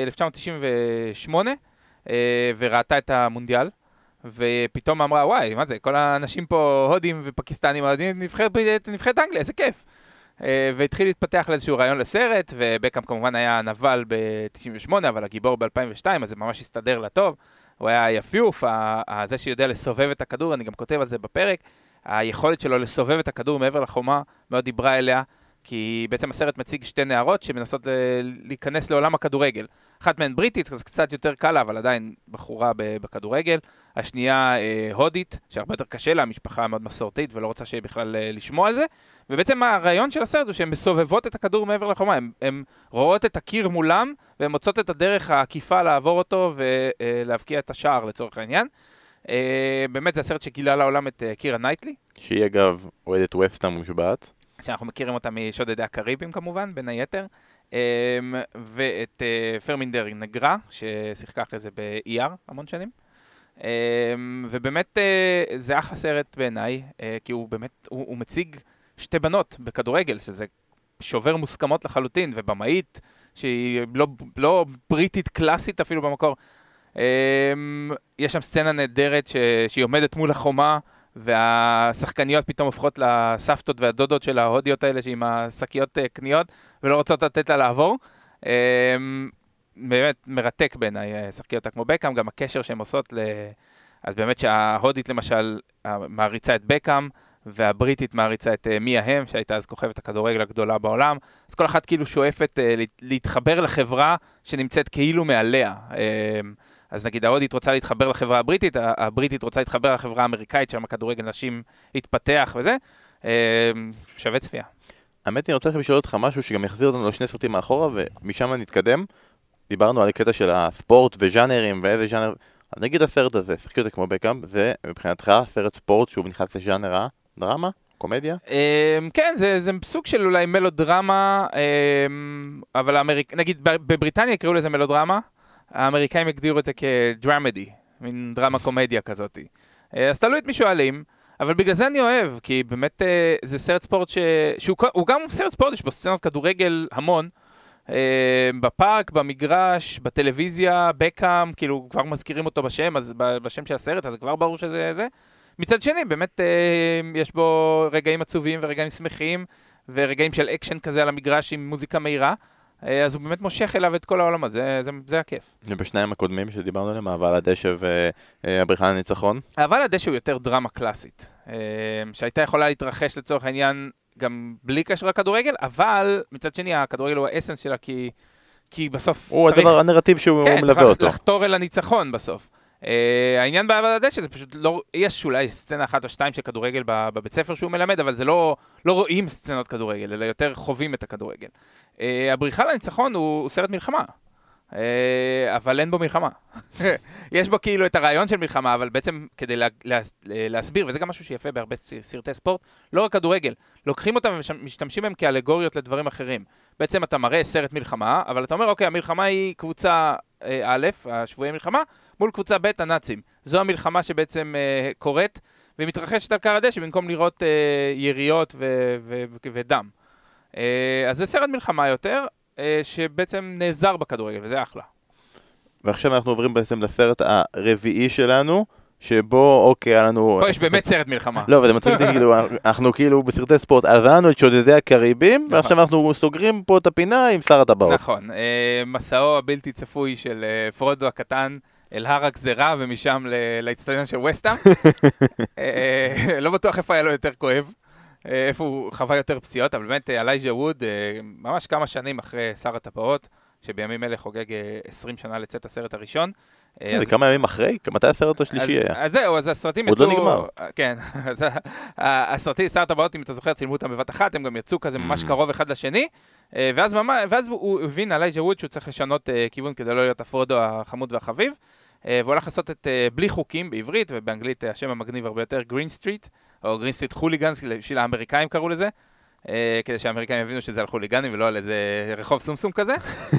ב-1998 וראתה את המונדיאל, ופתאום אמרה, וואי, מה זה, כל האנשים פה הודים ופקיסטנים, נבחרת אנגליה, איזה כיף. והתחיל להתפתח לאיזשהו רעיון לסרט, ובקאם כמובן היה נבל ב-98, אבל הגיבור ב-2002, אז זה ממש הסתדר לטוב. הוא היה יפיוף, זה שיודע לסובב את הכדור, אני גם כותב על זה בפרק, היכולת שלו לסובב את הכדור מעבר לחומה מאוד דיברה אליה, כי בעצם הסרט מציג שתי נערות שמנסות להיכנס לעולם הכדורגל. אחת מהן בריטית, אז קצת יותר קלה, אבל עדיין בחורה בכדורגל. השנייה הודית, שהרבה יותר קשה לה, משפחה מאוד מסורתית, ולא רוצה שיהיה בכלל לשמוע על זה. ובעצם הרעיון של הסרט הוא שהן מסובבות את הכדור מעבר לחומה. הן רואות את הקיר מולם, והן מוצאות את הדרך העקיפה לעבור אותו ולהבקיע את השער לצורך העניין. באמת זה הסרט שגילה לעולם את קירה נייטלי. שהיא אגב אוהדת וסטהאם מושבעת. שאנחנו מכירים אותה משודדי הקריבים כמובן, בין היתר. ואת פרמינדר נגרה, ששיחקה אחרי זה ב-ER המון שנים. ובאמת זה אחלה סרט בעיניי, כי הוא באמת, הוא מציג שתי בנות בכדורגל, שזה שובר מוסכמות לחלוטין, ובמאית, שהיא לא בריטית קלאסית אפילו במקור. יש שם סצנה נהדרת שהיא עומדת מול החומה, והשחקניות פתאום הופכות לסבתות והדודות של ההודיות האלה, שעם השקיות קניות, ולא רוצות לתת לה לעבור. באמת מרתק בעיניי, שחקיות כמו בקאם, גם הקשר שהן עושות אז באמת שההודית למשל מעריצה את בקאם, והבריטית מעריצה את מיה הם, שהייתה אז כוכבת הכדורגל הגדולה בעולם. אז כל אחת כאילו שואפת להתחבר לחברה שנמצאת כאילו מעליה. אז נגיד ההודית רוצה להתחבר לחברה הבריטית, הבריטית רוצה להתחבר לחברה האמריקאית, שם הכדורגל נשים התפתח וזה. שווה צפייה. האמת אני רוצה לשאול אותך משהו שגם יחזיר אותנו לשני סרטים מאחורה, ומשם נתקדם. דיברנו על הקטע של הספורט וז'אנרים ואיזה ז'אנר. נגיד הסרט הזה, שחקיות כמו בקאם, זה מבחינתך סרט ספורט שהוא נכנס לז'אנר דרמה? קומדיה? כן, זה סוג של אולי מלודרמה, אבל נגיד בבריטניה יקראו לזה מלודרמה, האמריקאים הגדירו את זה כדרמדי, מין דרמה קומדיה כזאת. אז תלוי את מי שואלים, אבל בגלל זה אני אוהב, כי באמת זה סרט ספורט שהוא גם סרט ספורט, יש בו סצנות כדורגל המון, בפארק, במגרש, בטלוויזיה, בקאם, כאילו כבר מזכירים אותו בשם, אז בשם של הסרט, אז כבר ברור שזה זה. מצד שני, באמת יש בו רגעים עצובים ורגעים שמחים, ורגעים של אקשן כזה על המגרש עם מוזיקה מהירה, אז הוא באמת מושך אליו את כל העולם הזה, זה הכיף. ובשניים הקודמים שדיברנו עליהם, אהבה על הדשא והבריחה לניצחון? אהבה על הדשא הוא יותר דרמה קלאסית, שהייתה יכולה להתרחש לצורך העניין גם בלי קשר לכדורגל, אבל מצד שני הכדורגל הוא האסנס שלה, כי בסוף הוא הדבר, הנרטיב שהוא מלווה אותו. צריך לחתור אל הניצחון בסוף. העניין באהבה על הדשא זה פשוט לא, יש אולי סצנה אחת או שתיים של כדורגל בבית ספר שהוא מלמד, אבל זה לא רואים סצנות כדורגל, אלא יותר חווים את הכדורגל. הבריחה לניצחון הוא סרט מלחמה, אבל אין בו מלחמה. יש בו כאילו את הרעיון של מלחמה, אבל בעצם כדי להסביר, וזה גם משהו שיפה בהרבה סרטי ספורט, לא רק כדורגל, לוקחים אותם ומשתמשים בהם כאלגוריות לדברים אחרים. בעצם אתה מראה סרט מלחמה, אבל אתה אומר, אוקיי, המלחמה היא קבוצה א', השבועי מלחמה, מול קבוצה ב', הנאצים. זו המלחמה שבעצם קורית, ומתרחשת על קר הדשא, במקום לראות יריות ודם. אז זה סרט מלחמה יותר, שבעצם נעזר בכדורגל, וזה אחלה. ועכשיו אנחנו עוברים בעצם לסרט הרביעי שלנו, שבו, אוקיי, היה לנו... פה יש באמת סרט מלחמה. לא, אבל זה מצחיק אותי, כאילו, אנחנו כאילו בסרטי ספורט, אז היה לנו את שודדי הקריבים, ועכשיו אנחנו סוגרים פה את הפינה עם שר הטבעות. נכון, מסעו הבלתי צפוי של פרודו הקטן, אל הר הגזרה, ומשם לאצטדיון של וסטהאם. לא בטוח איפה היה לו יותר כואב. איפה הוא חווה יותר פציעות, אבל באמת אלייג'ה ווד, ממש כמה שנים אחרי שר הטבעות, שבימים אלה חוגג 20 שנה לצאת הסרט הראשון. וכמה ימים אחרי? מתי הסרט השלישי היה? אז זהו, אז הסרטים יצאו... עוד לא נגמר. כן, הסרטים, שר הטבעות, אם אתה זוכר, צילמו אותם בבת אחת, הם גם יצאו כזה ממש קרוב אחד לשני, ואז הוא הבין, אלייג'ה ווד, שהוא צריך לשנות כיוון כדי לא להיות הפרודו החמוד והחביב, והוא הולך לעשות את בלי חוקים בעברית, ובאנגלית השם המגניב הרבה יותר, גרין סטריט, או גרין סטריט חוליגנס, בשביל האמריקאים קראו לזה, כדי שהאמריקאים יבינו שזה על חוליגנים ולא על איזה רחוב סומסום כזה.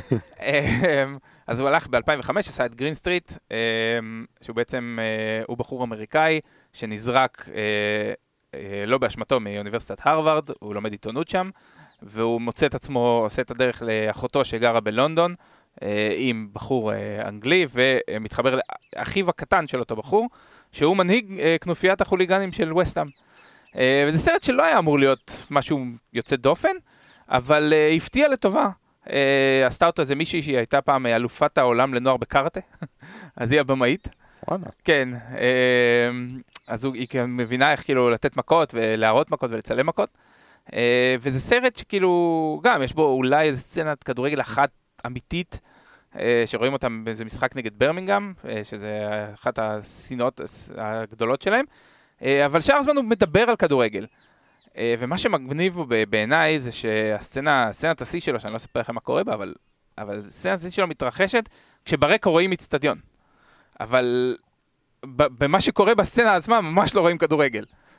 אז הוא הלך ב-2005, עשה את גרין סטריט, שהוא בעצם, הוא בחור אמריקאי שנזרק לא באשמתו מאוניברסיטת הרווארד, הוא לומד עיתונות שם, והוא מוצא את עצמו, עושה את הדרך לאחותו שגרה בלונדון, עם בחור אנגלי, ומתחבר לאחיו הקטן של אותו בחור, שהוא מנהיג כנופיית החוליגנים של וסטהאם. וזה סרט שלא היה אמור להיות משהו יוצא דופן, אבל הפתיע לטובה. עשתה אותו איזה מישהי שהיא הייתה פעם אלופת העולם לנוער בקראטה, אז היא הבמאית. כן, אז היא מבינה איך כאילו לתת מכות ולהראות מכות ולצלם מכות. וזה סרט שכאילו, גם יש בו אולי איזה סצנת כדורגל אחת אמיתית, שרואים אותם באיזה משחק נגד ברמינגהאם, שזה אחת השנאות הגדולות שלהם, אבל שאר הזמן הוא מדבר על כדורגל. ומה שמגניב בו בעיניי זה סצנת השיא שלו, שאני לא אספר לכם מה קורה בה, אבל סצנת השיא שלו מתרחשת כשברקע רואים אצטדיון. אבל במה שקורה בסצנה עצמה ממש לא רואים כדורגל.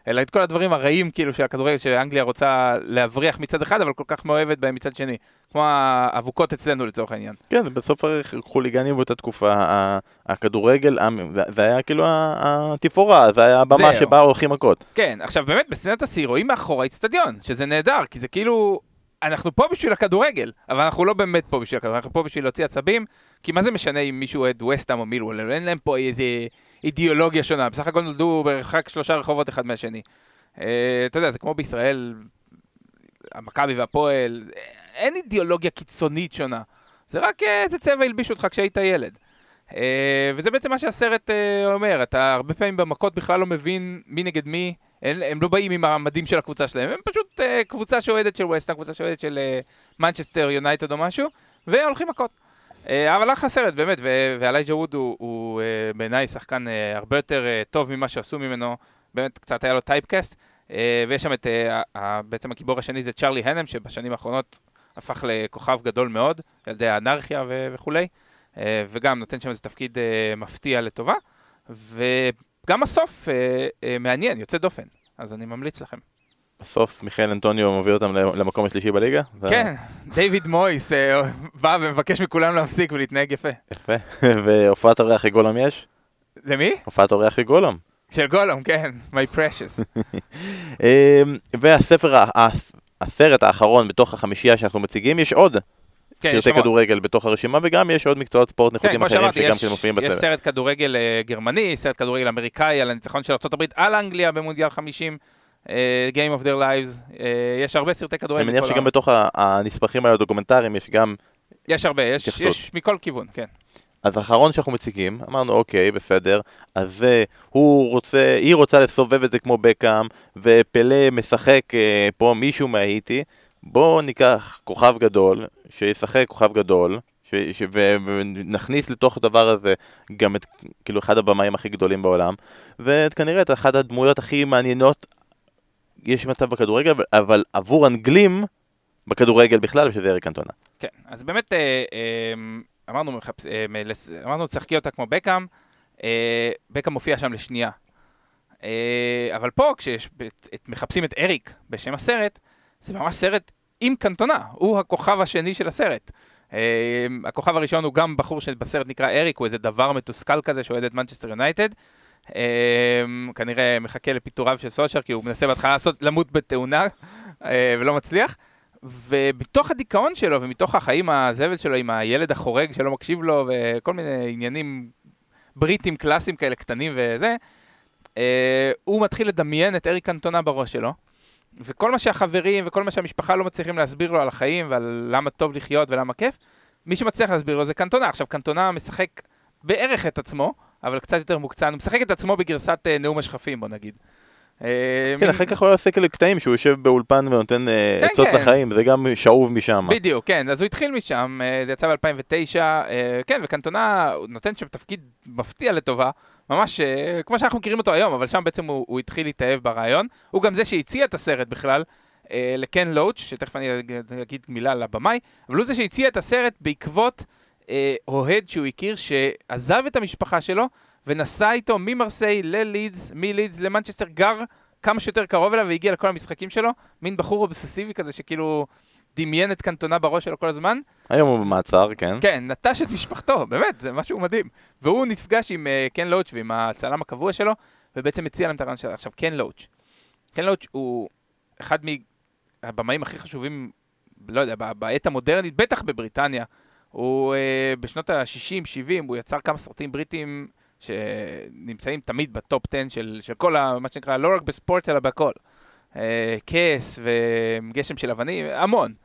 אלא את כל הדברים הרעים כאילו של הכדורגל שאנגליה רוצה להבריח מצד אחד, אבל כל כך מאוהבת בהם מצד שני. כמו האבוקות אצלנו לצורך העניין. כן, בסוף חוליגנים באותה תקופה, הכדורגל, זה היה כאילו התפאורה, זה היה הבמה שבה הולכים מכות. כן, עכשיו באמת בסצנת השיא רואים מאחורה אצטדיון, שזה נהדר, כי זה כאילו, אנחנו פה בשביל הכדורגל, אבל אנחנו לא באמת פה בשביל הכדורגל, אנחנו פה בשביל להוציא עצבים, כי מה זה משנה אם מישהו אוהד ווסטהאם או מילוול, אין להם פה איזה אידיאולוגיה שונה, בסך הכל נולדו ברחק 3 רחובות אחד מהשני. אתה יודע, זה כמו בישראל, המכבי והפועל, אין אידיאולוגיה קיצונית שונה, זה רק איזה צבע ילביש אותך כשהיית ילד. וזה בעצם מה שהסרט אומר, אתה הרבה פעמים במכות בכלל לא מבין מי נגד מי, הם לא באים עם המדים של הקבוצה שלהם, הם פשוט קבוצה שאוהדת של ווסטהאם, קבוצה שאוהדת של מנצ'סטר יונייטד או משהו, והולכים מכות. אבל אחלה סרט, באמת, ואלייג'ה ווד הוא בעיניי שחקן הרבה יותר טוב ממה שעשו ממנו, באמת קצת היה לו טייפקאסט, ויש שם את, בעצם הגיבור השני זה צ'רלי הנם, שבשנים האחרונות הפך לכוכב גדול מאוד, ילדי האנרכיה וכולי, וגם נותן שם איזה תפקיד מפתיע לטובה, וגם הסוף מעניין, יוצא דופן, אז אני ממליץ לכם. בסוף מיכאל אנטוניו מוביל אותם למקום השלישי בליגה? כן, דיוויד מויס בא ומבקש מכולם להפסיק ולהתנהג יפה. יפה, והופעת אורח גולם יש? למי? הופעת אורח גולם. של גולם, כן, my precious. והסרט האחרון בתוך החמישייה שאנחנו מציגים, יש עוד סרטי כדורגל בתוך הרשימה, וגם יש עוד מקצועות ספורט נחותים אחרים שגם כן מופיעים בסרט. יש סרט כדורגל גרמני, סרט כדורגל אמריקאי על הניצחון של ארצות הברית על אנגליה במונדיאל 50, Game of their lives, יש הרבה סרטי כדורגל. אני מניח שגם בתוך הנספחים האלה הדוקומנטריים יש גם... יש הרבה, יש מכל כיוון, כן. אז האחרון שאנחנו מציגים, אמרנו אוקיי, בסדר, אז היא רוצה לסובב את זה כמו בקאם, ופלה משחק פה מישהו מהאיטי, בואו ניקח כוכב גדול, שישחק כוכב גדול, ונכניס לתוך הדבר הזה גם את, כאילו, אחד הבמאים הכי גדולים בעולם, וכנראה את אחת הדמויות הכי מעניינות יש מצב בכדורגל, אבל עבור אנגלים בכדורגל בכלל, שזה אריק קנטונה. כן, אז באמת אמרנו צחקי אותה כמו בקאם, בקאם מופיע שם לשנייה. אבל פה, כשמחפשים את אריק בשם הסרט, זה ממש סרט עם קנטונה, הוא הכוכב השני של הסרט. הכוכב הראשון הוא גם בחור שבסרט נקרא אריק, הוא איזה דבר מתוסכל כזה שאוהד את מנצ'סטר יונייטד. כנראה מחכה לפיטוריו של סולשר, כי הוא מנסה בהתחלה למות בתאונה ולא מצליח. ובתוך הדיכאון שלו ומתוך החיים הזבל שלו עם הילד החורג שלא מקשיב לו וכל מיני עניינים בריטים קלאסיים כאלה קטנים וזה, הוא מתחיל לדמיין את אריק קנטונה בראש שלו, וכל מה שהחברים וכל מה שהמשפחה לא מצליחים להסביר לו על החיים ועל למה טוב לחיות ולמה כיף, מי שמצליח להסביר לו זה קנטונה. עכשיו קנטונה משחק בערך את עצמו, אבל קצת יותר מוקצן, הוא משחק את עצמו בגרסת נאום השכפים, בוא נגיד. כן, אחר כך הוא עושה כאלה קטעים שהוא יושב באולפן ונותן עצות לחיים, זה גם שאוב משם. בדיוק, כן, אז הוא התחיל משם, זה יצא ב-2009, כן, וקנטונה נותן שם תפקיד מפתיע לטובה, ממש כמו שאנחנו מכירים אותו היום, אבל שם בעצם הוא התחיל להתאהב ברעיון, הוא גם זה שהציע את הסרט בכלל, לקן לואוץ', שתכף אני אגיד מילה לבמאי, אבל הוא זה שהציע את הסרט בעקבות אוהד שהוא הכיר שעזב את המשפחה שלו, ונסע איתו ממרסיי ללידס, מלידס למנצ'סטר, גר כמה שיותר קרוב אליו והגיע לכל המשחקים שלו, מין בחור אובססיבי כזה שכאילו דמיין את קנטונה בראש שלו כל הזמן. היום הוא במעצר, כן. כן, נטש את משפחתו, באמת, זה משהו מדהים. והוא נפגש עם קן לואוץ' ועם הצלם הקבוע שלו, ובעצם הציע להם את הרעיון שלו. עכשיו, קן לואוץ' הוא אחד מהבמאים הכי חשובים, לא יודע, בעת המודרנית, בטח בבריטניה. הוא בשנות ה-60, 70, הוא יצר כמה סרטים בריטיים שנמצאים תמיד בטופ 10 של כל מה שנקרא, לא רק בספורט אלא בכל. כס וגשם של אבנים, המון.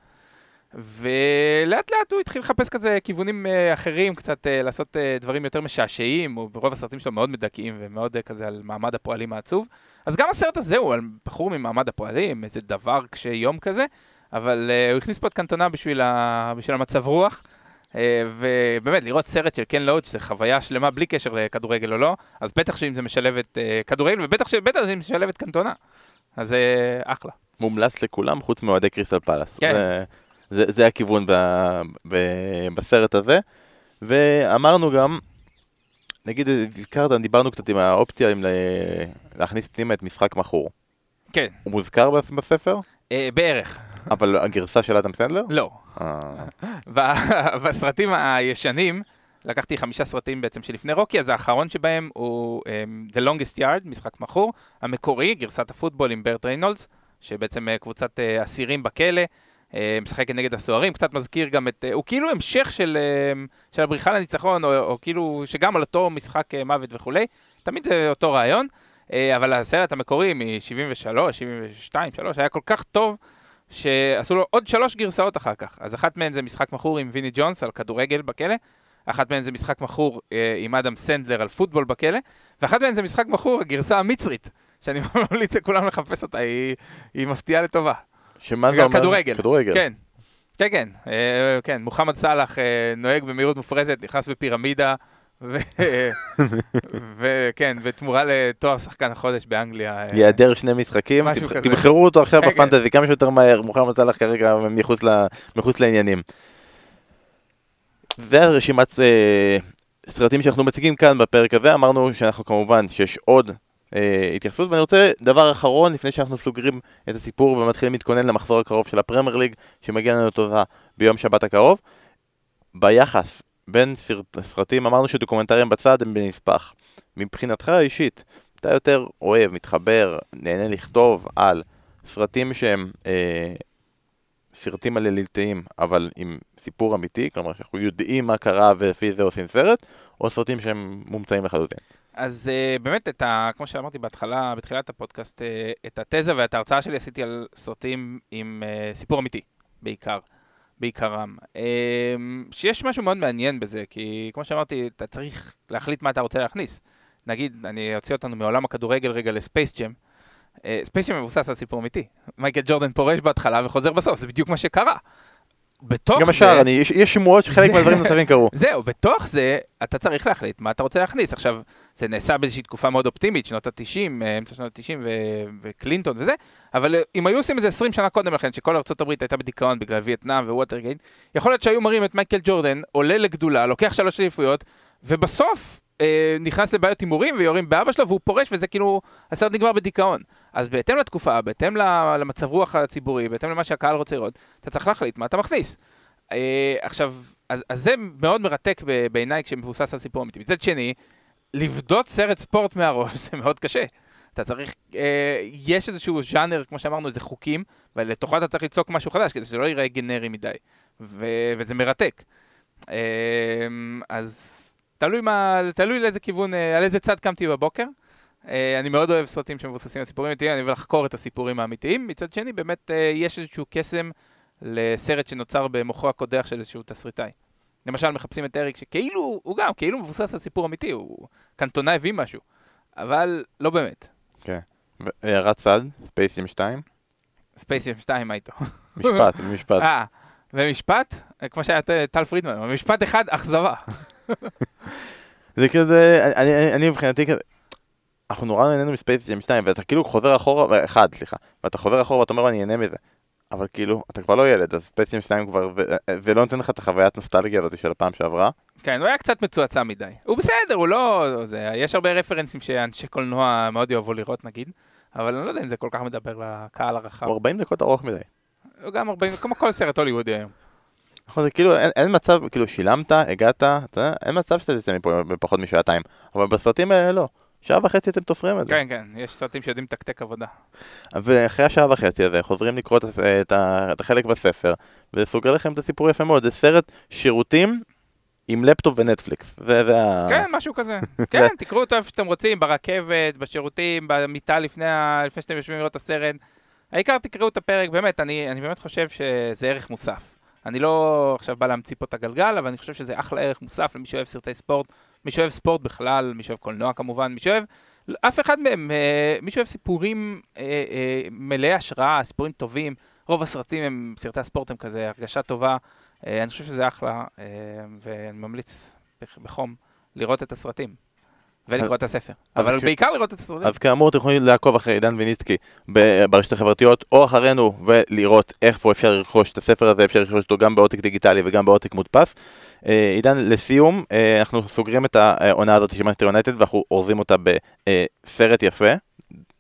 ולאט לאט הוא התחיל לחפש כזה כיוונים אחרים, קצת לעשות דברים יותר משעשעים, וברוב הסרטים שלו מאוד מדכאים ומאוד כזה על מעמד הפועלים העצוב. אז גם הסרט הזה הוא על בחור ממעמד הפועלים, איזה דבר קשה יום כזה, אבל הוא הכניס פה את קנטונה בשביל המצב רוח. ובאמת, לראות סרט של קן לואוץ' זה חוויה שלמה בלי קשר לכדורגל או לא, אז בטח שאם זה משלב את כדורגל, ובטח שאם זה משלב את קנטונה, אז זה אחלה. מומלץ לכולם חוץ מאוהדי קריסטל פלאס. כן. זה הכיוון בסרט הזה, ואמרנו גם, נגיד, דיברנו קצת עם האופציה להכניס פנימה את משחק מכור. כן. הוא מוזכר בספר? בערך. אבל הגרסה של אדם סנדלר? לא. בסרטים הישנים, לקחתי 5 סרטים בעצם שלפני רוקי, אז האחרון שבהם הוא The Longest Yard, משחק מכור, המקורי, גרסת הפוטבול עם ברט ריינולדס, שבעצם קבוצת אסירים בכלא, משחק נגד הסוהרים, קצת מזכיר גם את, הוא כאילו המשך של הבריחה לניצחון, או כאילו שגם על אותו משחק מוות וכולי, תמיד זה אותו רעיון, אבל הסרט המקורי מ-73, 72, 3, היה כל כך טוב, שעשו לו עוד 3 גרסאות אחר כך. אז אחת מהן זה משחק מכור עם ויני ג'ונס על כדורגל בכלא, אחת מהן זה משחק מכור עם אדם סנדלר על פוטבול בכלא, ואחת מהן זה משחק מכור, הגרסה המצרית, שאני ממליץ לכולם לחפש אותה, היא מפתיעה לטובה. שמה זה אומר? כדורגל. כדורגל. כן. כן, כן, מוחמד סלאח נוהג במהירות מופרזת, נכנס בפירמידה, וכן, בתמורה לתואר שחקן החודש באנגליה. יעדר 2 משחקים, תבחרו אותו עכשיו בפנטזי, כמה שיותר מהר, מוחמד סלאח כרגע מחוץ לעניינים. והרשימת סרטים שאנחנו מציגים כאן בפרק הזה, אמרנו שאנחנו כמובן שיש עוד התייחסות, ואני רוצה דבר אחרון לפני שאנחנו סוגרים את הסיפור ומתחילים להתכונן למחזור הקרוב של הפרמייר ליג שמגיע לנו טובה ביום שבת הקרוב. ביחס בין סרטים אמרנו שדוקומנטריים בצד הם בנספח. מבחינתך האישית, אתה יותר אוהב, מתחבר, נהנה לכתוב על סרטים שהם סרטים עלילתיים, אבל עם סיפור אמיתי, כלומר שאנחנו יודעים מה קרה ולפי זה עושים סרט, או סרטים שהם מומצאים לחלוטין? אז באמת, כמו שאמרתי בהתחלה, בתחילת הפודקאסט, את התזה ואת ההרצאה שלי עשיתי על סרטים עם סיפור אמיתי, בעיקרם. שיש משהו מאוד מעניין בזה, כי כמו שאמרתי, אתה צריך להחליט מה אתה רוצה להכניס. נגיד, אני אוציא אותנו מעולם הכדורגל רגע לספייס ג'ם. ספייס ג'ם מבוסס על סיפור אמיתי. מייקל ג'ורדן פורש בהתחלה וחוזר בסוף, זה בדיוק מה שקרה. גם השאר, יש שמועות שחלק מהדברים נוספים קרו. זהו, בתוך זה אתה צריך להחליט מה אתה רוצה להכניס. עכשיו, זה נעשה באיזושהי תקופה מאוד אופטימית, שנות ה-90, אמצע שנות ה-90 וקלינטון וזה, אבל אם היו עושים את זה 20 שנה קודם לכן, שכל ארצות הברית הייתה בדיכאון בגלל וייטנאם וווטרגייט, יכול להיות שהיו מראים את מייקל ג'ורדן, עולה לגדולה, לוקח 3 אליפויות, ובסוף נכנס לבעיות הימורים ויורים באבא שלו, והוא פורש, וזה כאילו, הסרט נגמר בדיכאון. אז בהתאם לתקופה, בהתאם למצב רוח הציבורי, בהתאם למה שהקהל רוצה לראות, אתה צריך להחליט מה אתה מכניס. עכשיו, אז זה מאוד מרתק בעיניי כשמבוסס על סיפור אמיתי. מצד שני, לבדות סרט ספורט מהראש זה מאוד קשה. אתה צריך, יש איזשהו ז'אנר, כמו שאמרנו, איזה חוקים, ולתוכה אתה צריך ליצוק משהו חדש, כדי שזה לא ייראה גנרי מדי. וזה מרתק. אז תלוי לאיזה כיוון, על איזה צד קמתי בבוקר. אני מאוד אוהב סרטים שמבוססים על סיפורים אמיתיים, אני אוהב לחקור את הסיפורים האמיתיים. מצד שני, באמת יש איזשהו קסם לסרט שנוצר במוחו הקודח של איזשהו תסריטאי. למשל, מחפשים את אריק, שכאילו, הוא גם, כאילו מבוסס על סיפור אמיתי, הוא קנטונה הביא משהו, אבל לא באמת. כן. הערת צד, ספייסים 2? ספייסים 2, מה איתו? משפט. ומשפט, כמו שהיה טל פרידמן, משפט אחד, אכזבה. זה כזה, אני מבחינתי כזה, אנחנו נורא נהנינו מספייסים 2, ואתה כאילו חוזר אחורה, ואתה חוזר אחורה ואתה אומר, אני נהנה מזה. אבל כאילו, אתה כבר לא ילד, אז ספייסים 2 כבר, ולא נותן לך את החוויית נוסטלגיה הזאת של הפעם שעברה. כן, הוא היה קצת מצועצע מדי. הוא בסדר, הוא לא... יש הרבה רפרנסים שאנשי קולנוע מאוד יאהבו לראות, נגיד, אבל אני לא יודע אם זה כל כך מדבר לקהל הרחב. הוא 40 דקות ארוך מדי. הוא גם 40, כמו כל סרט הוליוודי היום. נכון, זה כאילו, אין מצב, כאילו, שילמת, הגעת, אין מצב שאתה תצא מפה בפחות משעתיים, אבל בסרטים האלה לא. 1.5 שעה אתם תופרים את זה. כן, כן, יש סרטים שיודעים תקתק עבודה. ואחרי 1.5 שעה הזה חוזרים לקרוא את החלק בספר, וסוגר לכם את הסיפור יפה מאוד. זה סרט שירותים עם לפטופ ונטפליקס. כן, משהו כזה. כן, תקראו אותו איפה שאתם רוצים, ברכבת, בשירותים, במיטה לפני שאתם יושבים לראות את הסרט. העיקר תקראו את הפרק, באמת, אני באמת חושב שזה ערך מוסף. אני לא עכשיו בא להמציא פה את הגלגל, אבל אני חושב שזה אחלה ערך מוסף למי שאוהב סרטי ספורט, מי שאוהב ספורט בכלל, מי שאוהב קולנוע כמובן, מי שאוהב, אף אחד מהם, מי שאוהב סיפורים מלאי השראה, סיפורים טובים, רוב הסרטים הם, סרטי הספורט הם כזה, הרגשה טובה, אני חושב שזה אחלה, ואני ממליץ בחום לראות את הסרטים. ולקרוא את הספר, אבל בעיקר לראות את הסרטים. אז כאמור, אתם יכולים לעקוב אחרי עידן ויניצקי ברשת החברתיות, או אחרינו, ולראות איך פה אפשר לרכוש את הספר הזה, אפשר לרכוש אותו גם בעותק דיגיטלי וגם בעותק מודפס. עידן, לסיום, אנחנו סוגרים את העונה הזאת של מנצ'סטר יונייטד, ואנחנו אורזים אותה בסרט יפה.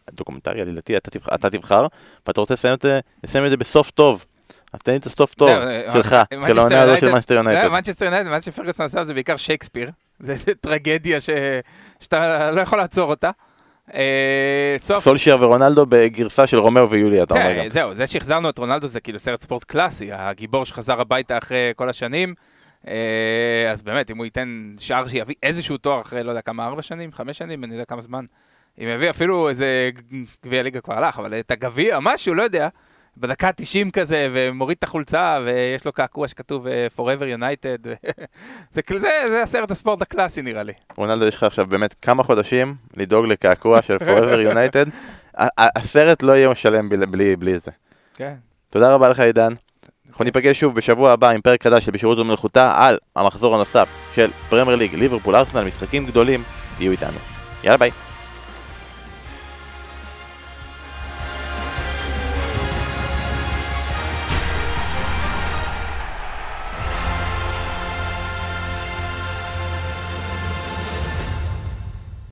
דוקומנטרי, עלילתי, אתה תבחר, ואתה רוצה לסיים את זה בסוף טוב. אז תן לי את הסוף טוב שלך, של העונה הזו של מנצ'סטר יונייטד. מנצ'סטר יונייטד, מה שפרגוסון עשה זה בעיקר שייקספיר, זה טרגדיה שאתה לא יכול לעצור אותה. סולשייר ורונלדו בגרסה של רומאו ויוליה, אתה אומר גם. זהו, זה שהחזרנו את רונלדו זה כאילו סרט ספורט קלאסי, הגיבור שחזר הביתה אחרי כל השנים, אז באמת, אם הוא ייתן שער שיביא איזשהו תואר אחרי, לא יודע כמה, 4 שנים, 5 שנים, אני יודע כמה זמן, אם יביא אפילו איזה גביע ליגה כבר הלך, אבל את הגביע, משהו, לא יודע, בדקה 90 כזה, ומוריד את החולצה, ויש לו קעקוע שכתוב Forever United, זה הסרט הספורט הקלאסי נראה לי. רונלדו, יש לך עכשיו באמת כמה חודשים לדאוג לקעקוע של Forever United, הסרט לא יהיה שלם בלי זה. כן. תודה רבה לך עידן. אנחנו ניפגש שוב בשבוע הבא עם פרק חדש של בשירות ומלאכותה על המחזור הנוסף של פרמייר ליג, ליברפול, ארסנל, משחקים גדולים, תהיו איתנו. יאללה ביי.